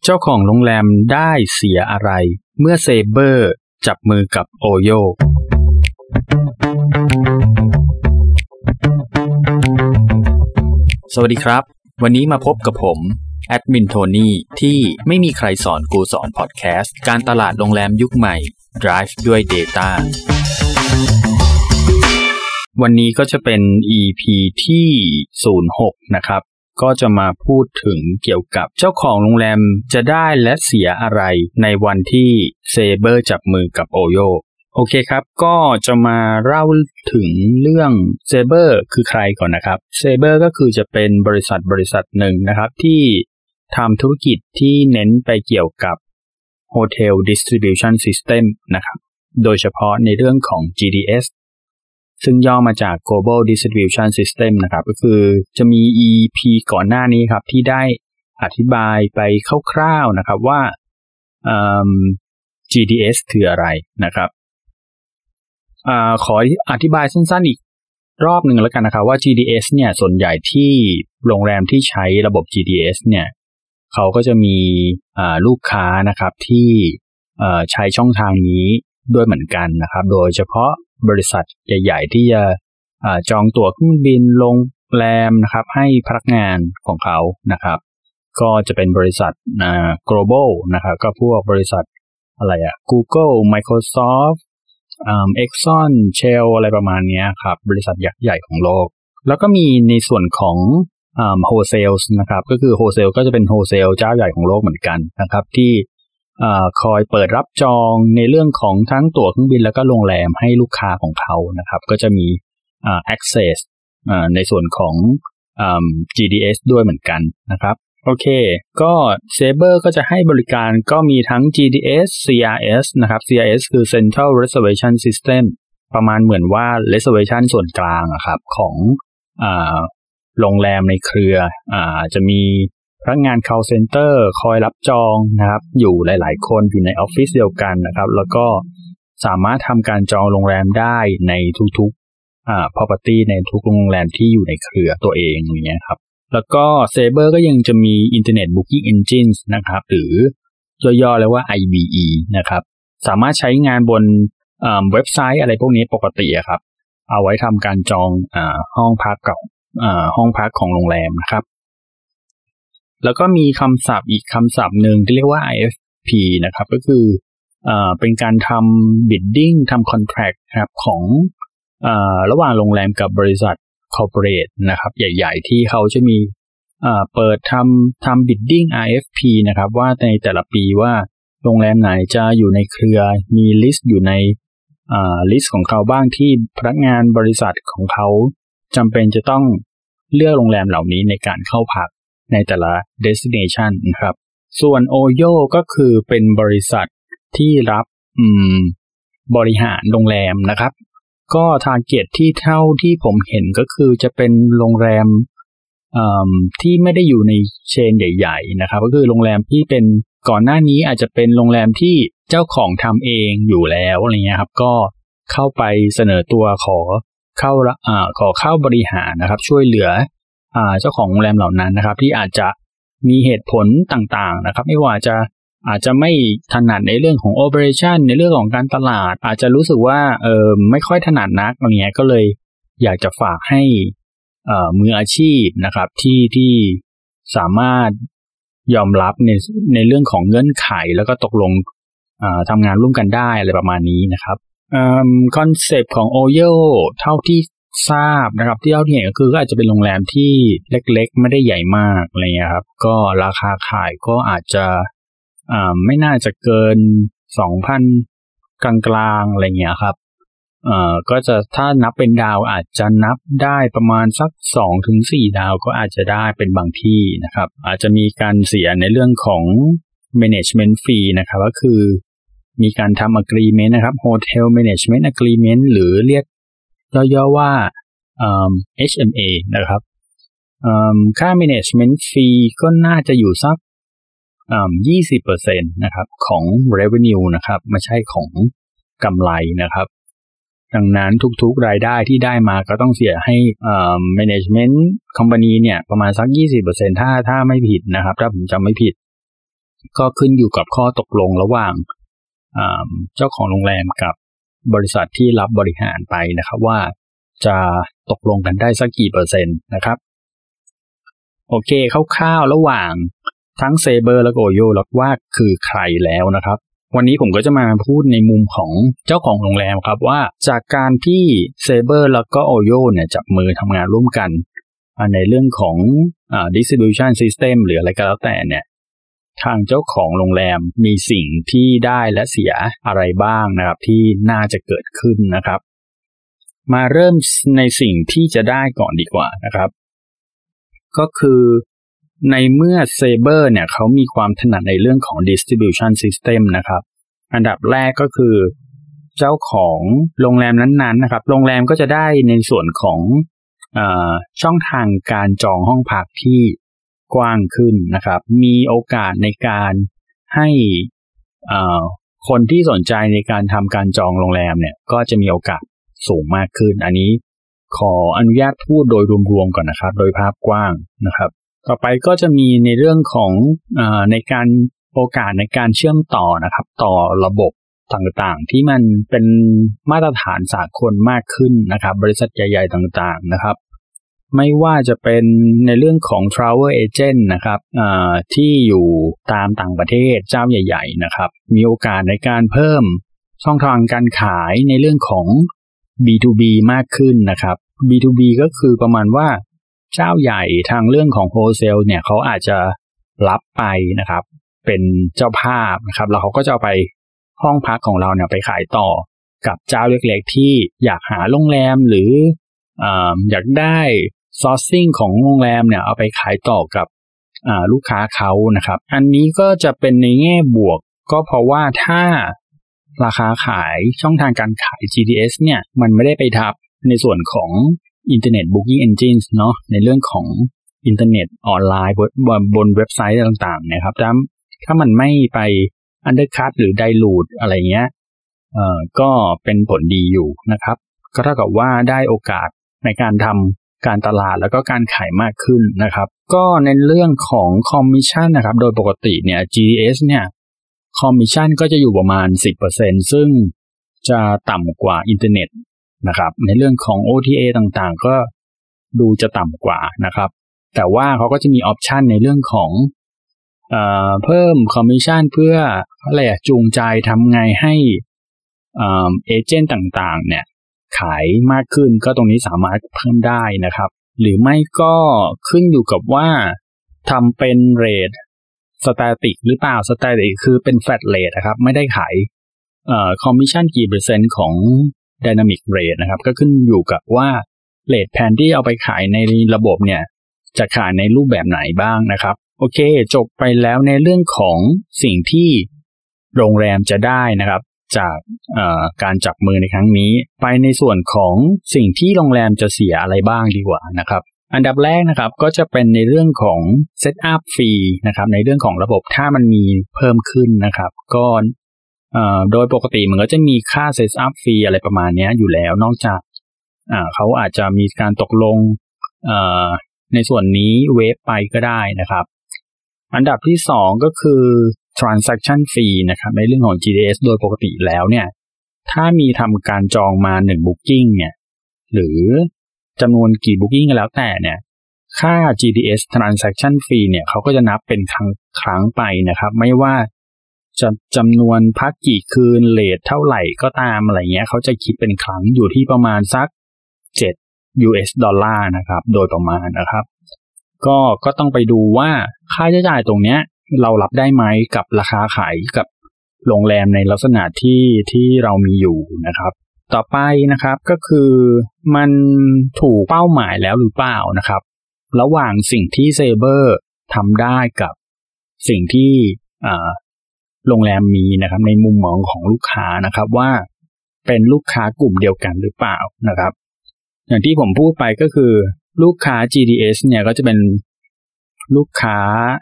เจ้าของโรงแรมได้เสียอะไรเมื่อเซเบอร์จับมือกับโอโยสวัสดีครับวันนี้มาพบกับผมแอดมินโทนี่ที่ไม่มีใครสอนกูสอนพอดแคสต์การตลาดโรงแรมยุคใหม่ Drive ด้วย Data วันนี้ก็จะเป็น EP ที่06นะครับก็จะมาพูดถึงเกี่ยวกับเจ้าของโรงแรมจะได้และเสียอะไรในวันที่เซเบอร์จับมือกับโอโยโอเคครับก็จะมาเล่าถึงเรื่องเซเบอร์คือใครก่อนนะครับเซเบอร์ก็คือจะเป็นบริษัทหนึ่งนะครับที่ทำธุรกิจที่เน้นไปเกี่ยวกับ Hotel Distribution System นะครับโดยเฉพาะในเรื่องของ GDSซึ่งย่อมาจาก Global Distribution System นะครับก็คือจะมี EP ก่อนหน้านี้ครับที่ได้อธิบายไปคร่าวๆนะครับว่าGDS คืออะไรนะครับขออธิบายสั้นๆอีกรอบหนึ่งแล้วกันนะครับว่า GDS เนี่ยส่วนใหญ่ที่โรงแรมที่ใช้ระบบ GDS เนี่ยเขาก็จะมีลูกค้านะครับที่ใช้ช่องทางนี้ด้วยเหมือนกันนะครับโดยเฉพาะบริษัทใหญ่ๆที่จะจองตั๋วเครื่องบินโรงแรมนะครับให้พนักงานของเขานะครับก็จะเป็นบริษัทglobal นะครับก็พวกบริษัทอะไรGoogle Microsoft Exxon Shell อะไรประมาณนี้ครับบริษัทยักษ์ใหญ่ของโลกแล้วก็มีในส่วนของwholesale นะครับก็คือ wholesale ก็จะเป็น wholesale เจ้าใหญ่ของโลกเหมือนกันนะครับที่คอยเปิดรับจองในเรื่องของทั้งตั๋วเครื่องบินแล้วก็โรงแรมให้ลูกค้าของเขานะครับก็จะมีaccess ในส่วนของGDS ด้วยเหมือนกันนะครับโอเคก็เซเบอร์ก็จะให้บริการก็มีทั้ง GDS CRS นะครับ CRS คือ Central Reservation System ประมาณเหมือนว่า reservation ส่วนกลางครับของโรงแรมในเครือจะมีพนักงาน call center คอยรับจองนะครับอยู่หลายๆคนอยู่ในออฟฟิศเดียวกันนะครับแล้วก็สามารถทำการจองโรงแรมได้ในทุกๆproperty ในทุกโรงแรมที่อยู่ในเครือตัวเองอย่างเงี้ยครับแล้วก็ Sabre ก็ยังจะมี Internet Booking Engines นะครับหรือย่อๆเรียกว่า IBE นะครับสามารถใช้งานบนเว็บไซต์อะไรพวกนี้ปกติครับเอาไว้ทำการจองห้องพักกับห้องพักของโรงแรมนะครับแล้วก็มีคำศัพท์อีกคำศัพท์หนึ่งที่เรียกว่า IFP นะครับก็คือเป็นการทำ bidding ทำ contract ครับของระหว่างโรงแรมกับบริษัท corporate นะครับใหญ่ๆที่เขาจะมีเปิดทำ bidding IFP นะครับว่าในแต่ละปีว่าโรงแรมไหนจะอยู่ในเครือมี list อยู่ในlist ของเขาบ้างที่พนักงานบริษัทของเขาจำเป็นจะต้องเลือกโรงแรมเหล่านี้ในการเข้าพักในแต่ละ destination นะครับส่วน OYO ก็คือเป็นบริษัทที่รับบริหารโรงแรมนะครับก็ target ที่เท่าที่ผมเห็นก็คือจะเป็นโรงแรมที่ไม่ได้อยู่ในเชนใหญ่ๆนะครับก็คือโรงแรมที่เป็นก่อนหน้านี้อาจจะเป็นโรงแรมที่เจ้าของทำเองอยู่แล้วอะไรเงี้ยครับก็เข้าไปเสนอตัวขอเข้าบริหารนะครับช่วยเหลือเจ้าของโรงแรมเหล่านั้นนะครับที่อาจจะมีเหตุผลต่างๆนะครับไม่ว่าอาจจะไม่ถนัดในเรื่องของ operation ในเรื่องของการตลาดอาจจะรู้สึกว่าไม่ค่อยถนัดนักอะไรเงี้ยก็เลยอยากจะฝากให้มืออาชีพนะครับที่สามารถยอมรับในเรื่องของเงื่อนไขแล้วก็ตกลงทำงานร่วมกันได้อะไรประมาณนี้นะครับคอนเซปต์ของ OYO เท่าที่ทราบนะครับที่เท่าที่เห็นก็คือก็อาจจะเป็นโรงแรมที่เล็กๆไม่ได้ใหญ่มากอะไรเงี้ยครับก็ราคาขายก็อาจจะไม่น่าจะเกิน 2,000 กลางๆอะไรเงี้ยครับก็จะถ้านับเป็นดาวอาจจะนับได้ประมาณสัก 2-4 ดาวก็อาจจะได้เป็นบางที่นะครับอาจจะมีการเสียในเรื่องของ management fee นะครับก็คือมีการทำ agreement นะครับ hotel management agreement หรือเรียกย่อๆว่าHMA นะครับค่า management fee ก็น่าจะอยู่สัก20% นะครับของ revenue นะครับไม่ใช่ของกำไรนะครับดังนั้นทุกๆรายได้ที่ได้มาก็ต้องเสียให้management company เนี่ยประมาณสัก 20% ถ้าไม่ผิดนะครับถ้าผมจำไม่ผิดก็ขึ้นอยู่กับข้อตกลงระหว่างเจ้าของโรงแรมกับบริษัทที่รับบริหารไปนะครับว่าจะตกลงกันได้สักกี่เปอร์เซ็นต์นะครับโอเคคร่าวๆระหว่างทั้งเซเบอร์และโอโยแล้วว่าคือใครแล้วนะครับวันนี้ผมก็จะมาพูดในมุมของเจ้าของโรงแรมครับว่าจากการที่เซเบอร์แล้วก็โอโยเนี่ยจับมือทำงานร่วมกันในเรื่องของdistribution system หรืออะไรก็แล้วแต่เนี่ยทางเจ้าของโรงแรมมีสิ่งที่ได้และเสียอะไรบ้างนะครับที่น่าจะเกิดขึ้นนะครับมาเริ่มในสิ่งที่จะได้ก่อนดีกว่านะครับก็คือในเมื่อเซเบอร์เนี่ยเขามีความถนัดในเรื่องของ distribution system นะครับอันดับแรกก็คือเจ้าของโรงแรมนั้นๆนะครับโรงแรมก็จะได้ในส่วนของช่องทางการจองห้องพักที่กว้างขึ้นนะครับมีโอกาสในการให้คนที่สนใจในการทำการจองโรงแรมเนี่ยก็จะมีโอกาสสูงมากขึ้นอันนี้ขออนุญาตพูดโดยรวมๆก่อนนะครับโดยภาพกว้างนะครับต่อไปก็จะมีในเรื่องของในการโอกาสในการเชื่อมต่อนะครับต่อระบบต่างๆที่มันเป็นมาตรฐานสากลมากขึ้นนะครับบริษัทใหญ่ๆต่างๆนะครับไม่ว่าจะเป็นในเรื่องของ travel agent นะครับที่อยู่ตามต่างประเทศเจ้าใหญ่ๆนะครับมีโอกาสในการเพิ่มช่องทางการขายในเรื่องของ B2B มากขึ้นนะครับ B2B ก็คือประมาณว่าเจ้าใหญ่ทางเรื่องของโฮลเซลเนี่ยเขาอาจจะรับไปนะครับเป็นเจ้าภาพนะครับแล้วเขาก็จะเอาไปห้องพักของเราเนี่ยไปขายต่อกับเจ้าเล็กๆที่อยากหาโรงแรมหรืออยากได้ซอร์ซิ่งของโรงแรมเนี่ยเอาไปขายต่อกับลูกค้าเขานะครับอันนี้ก็จะเป็นในแง่บวกก็เพราะว่าถ้าราคาขายช่องทางการขาย GDS เนี่ยมันไม่ได้ไปทับในส่วนของInternet Booking Engines เนาะในเรื่องของอินเทอร์เน็ตออนไลน์บนเว็บไซต์ต่างๆนะครับถ้ามันไม่ไป undercut หรือ dilute อะไรเงี้ยก็เป็นผลดีอยู่นะครับก็เท่ากับว่าได้โอกาสในการทำการตลาดแล้วก็การขายมากขึ้นนะครับก็ในเรื่องของคอมมิชชั่นนะครับโดยปกติเนี่ย GDS เนี่ยคอมมิชชั่นก็จะอยู่ประมาณ 10% ซึ่งจะต่ำกว่าอินเทอร์เน็ตนะครับในเรื่องของ OTA ต่างๆก็ดูจะต่ำกว่านะครับแต่ว่าเขาก็จะมีออปชันในเรื่องของเพิ่มคอมมิชชั่นเพื่ออะไรจูงใจทำไงให้เอเจนต์ต่างๆเนี่ยขายมากขึ้นก็ตรงนี้สามารถเพิ่มได้นะครับหรือไม่ก็ขึ้นอยู่กับว่าทำเป็นเรทสแตติกหรือเปล่าสแตติกคือเป็นแฟลตเรทนะครับไม่ได้ขายคอมมิชชั่นกี่เปอร์เซ็นต์ของDynamic Rate นะครับก็ขึ้นอยู่กับว่าเรทแพนที่เอาไปขายในระบบเนี่ยจะขายในรูปแบบไหนบ้างนะครับโอเคจบไปแล้วในเรื่องของสิ่งที่โรงแรมจะได้นะครับจากการจับมือในครั้งนี้ไปในส่วนของสิ่งที่โรงแรมจะเสียอะไรบ้างดีกว่านะครับอันดับแรกนะครับก็จะเป็นในเรื่องของ Setup Fee นะครับในเรื่องของระบบถ้ามันมีเพิ่มขึ้นนะครับก็โดยปกติมันก็จะมีค่า Setup Fee อะไรประมาณนี้อยู่แล้วนอกจากเขาอาจจะมีการตกลงในส่วนนี้เวฟไปก็ได้นะครับอันดับที่2ก็คือ Transaction Fee นะครับในเรื่องของ GDS โดยปกติแล้วเนี่ยถ้ามีทำการจองมา1 Booking เนี่ยหรือจำนวนกี่ Booking ก็แล้วแต่เนี่ยค่า GDS Transaction Fee เนี่ยเขาก็จะนับเป็นครั้งไปนะครับไม่ว่าจะจำนวนพักกี่คืนเรทเท่าไหร่ก็ตามอะไรเงี้ยเขาจะคิดเป็นครั้งอยู่ที่ประมาณสัก$7นะครับโดยประมาณนะครับก็ต้องไปดูว่าค่าใช้จ่ายตรงเนี้ยเรารับได้ไหมกับราคาขายกับโรงแรมในลักษณะที่เรามีอยู่นะครับต่อไปนะครับก็คือมันถูกเป้าหมายแล้วหรือเปล่านะครับระหว่างสิ่งที่เซเบอร์ทำได้กับสิ่งที่โรงแรมมีนะครับในมุมมองของลูกค้านะครับว่าเป็นลูกค้ากลุ่มเดียวกันหรือเปล่านะครับอย่างที่ผมพูดไปก็คือลูกค้า GDS เนี่ยก็จะเป็นลูกค้า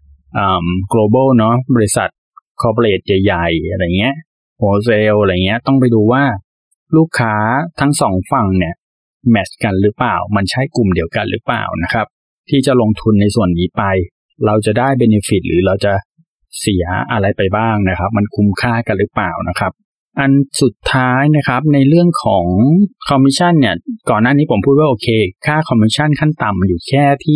global เนาะบริษัท corporate ใหญ่ๆอะไรเงี้ย wholesale อะไรเงี้ยต้องไปดูว่าลูกค้าทั้ง2ฝั่งเนี่ยแมทช์กันหรือเปล่ามันใช่กลุ่มเดียวกันหรือเปล่านะครับที่จะลงทุนในส่วนนี้ไปเราจะได้ benefit หรือเราจะเสียอะไรไปบ้างนะครับมันคุ้มค่ากันหรือเปล่านะครับอันสุดท้ายนะครับในเรื่องของคอมมิชชั่นเนี่ยก่อนหน้านี้ผมพูดว่าโอเคค่าคอมมิชชั่นขั้นต่ำอยู่แค่ที่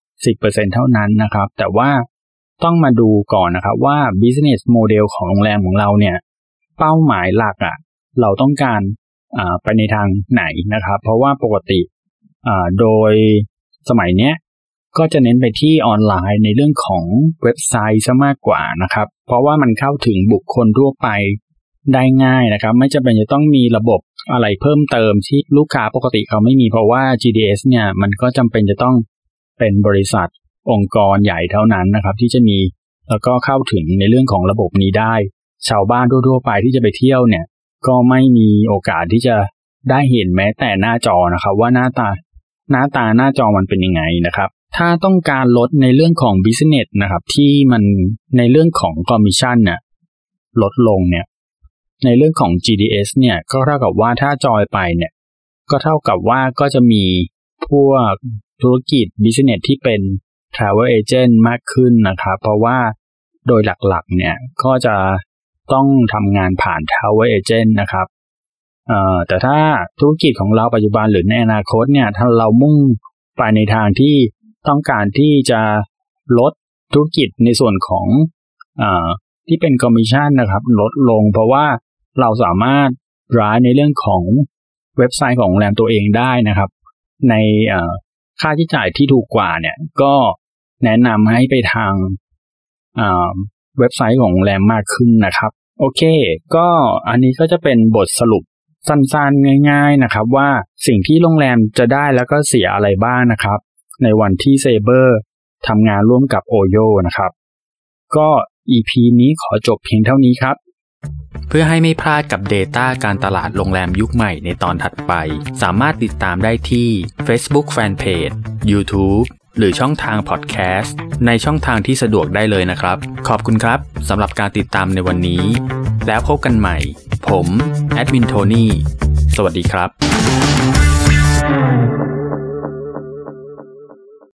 10% เท่านั้นนะครับแต่ว่าต้องมาดูก่อนนะครับว่า business model ของโรงแรมของเราเนี่ยเป้าหมายหลักเราต้องการไปในทางไหนนะครับเพราะว่าปกติโดยสมัยเนี้ยก็จะเน้นไปที่ออนไลน์ในเรื่องของเว็บไซต์ซะมากกว่านะครับเพราะว่ามันเข้าถึงบุคคลทั่วไปได้ง่ายนะครับไม่จำเป็นจะต้องมีระบบอะไรเพิ่มเติมที่ลูกค้าปกติเขาไม่มีเพราะว่า GDS เนี่ยมันก็จำเป็นจะต้องเป็นบริษัทองค์กรใหญ่เท่านั้นนะครับที่จะมีแล้วก็เข้าถึงในเรื่องของระบบนี้ได้ชาวบ้านทั่วๆไปที่จะไปเที่ยวเนี่ยก็ไม่มีโอกาสที่จะได้เห็นแม้แต่หน้าจอนะครับว่าหน้าตาหน้าจอมันเป็นยังไงนะครับถ้าต้องการลดในเรื่องของ business นะครับที่มันในเรื่องของ commission เนี่ยลดลงเนี่ยในเรื่องของ GDS เนี่ยก็เท่ากับว่าถ้าจอยไปเนี่ยก็เท่ากับว่าก็จะมีพวกธุรกิจ business ที่เป็น travel agent มากขึ้นนะครับเพราะว่าโดยหลักๆเนี่ยก็จะต้องทำงานผ่าน travel agent นะครับแต่ถ้าธุรกิจของเราปัจจุบันหรือในอนาคตเนี่ยถ้าเรามุ่งไปในทางที่ต้องการที่จะลดธุรกิจในส่วนของที่เป็นคอมมิชชั่นนะครับลดลงเพราะว่าเราสามารถร้ายในเรื่องของเว็บไซต์ของโรงแรมตัวเองได้นะครับในค่าใช้จ่ายที่ถูกกว่าเนี่ยก็แนะนำให้ไปทางเว็บไซต์ของโรงแรมมากขึ้นนะครับโอเคก็อันนี้ก็จะเป็นบทสรุปสั้นๆง่ายๆนะครับว่าสิ่งที่โรงแรมจะได้แล้วก็เสียอะไรบ้างนะครับในวันที่เซเบอร์ทำงานร่วมกับโอโยนะครับก็ EP นี้ขอจบเพียงเท่านี้ครับเพื่อให้ไม่พลาดกับ Data การตลาดโรงแรมยุคใหม่ในตอนถัดไปสามารถติดตามได้ที่ Facebook Fanpage YouTube หรือช่องทาง Podcast ในช่องทางที่สะดวกได้เลยนะครับขอบคุณครับสำหรับการติดตามในวันนี้แล้วพบกันใหม่ผมแอดมินโทนี่สวัสดีครับ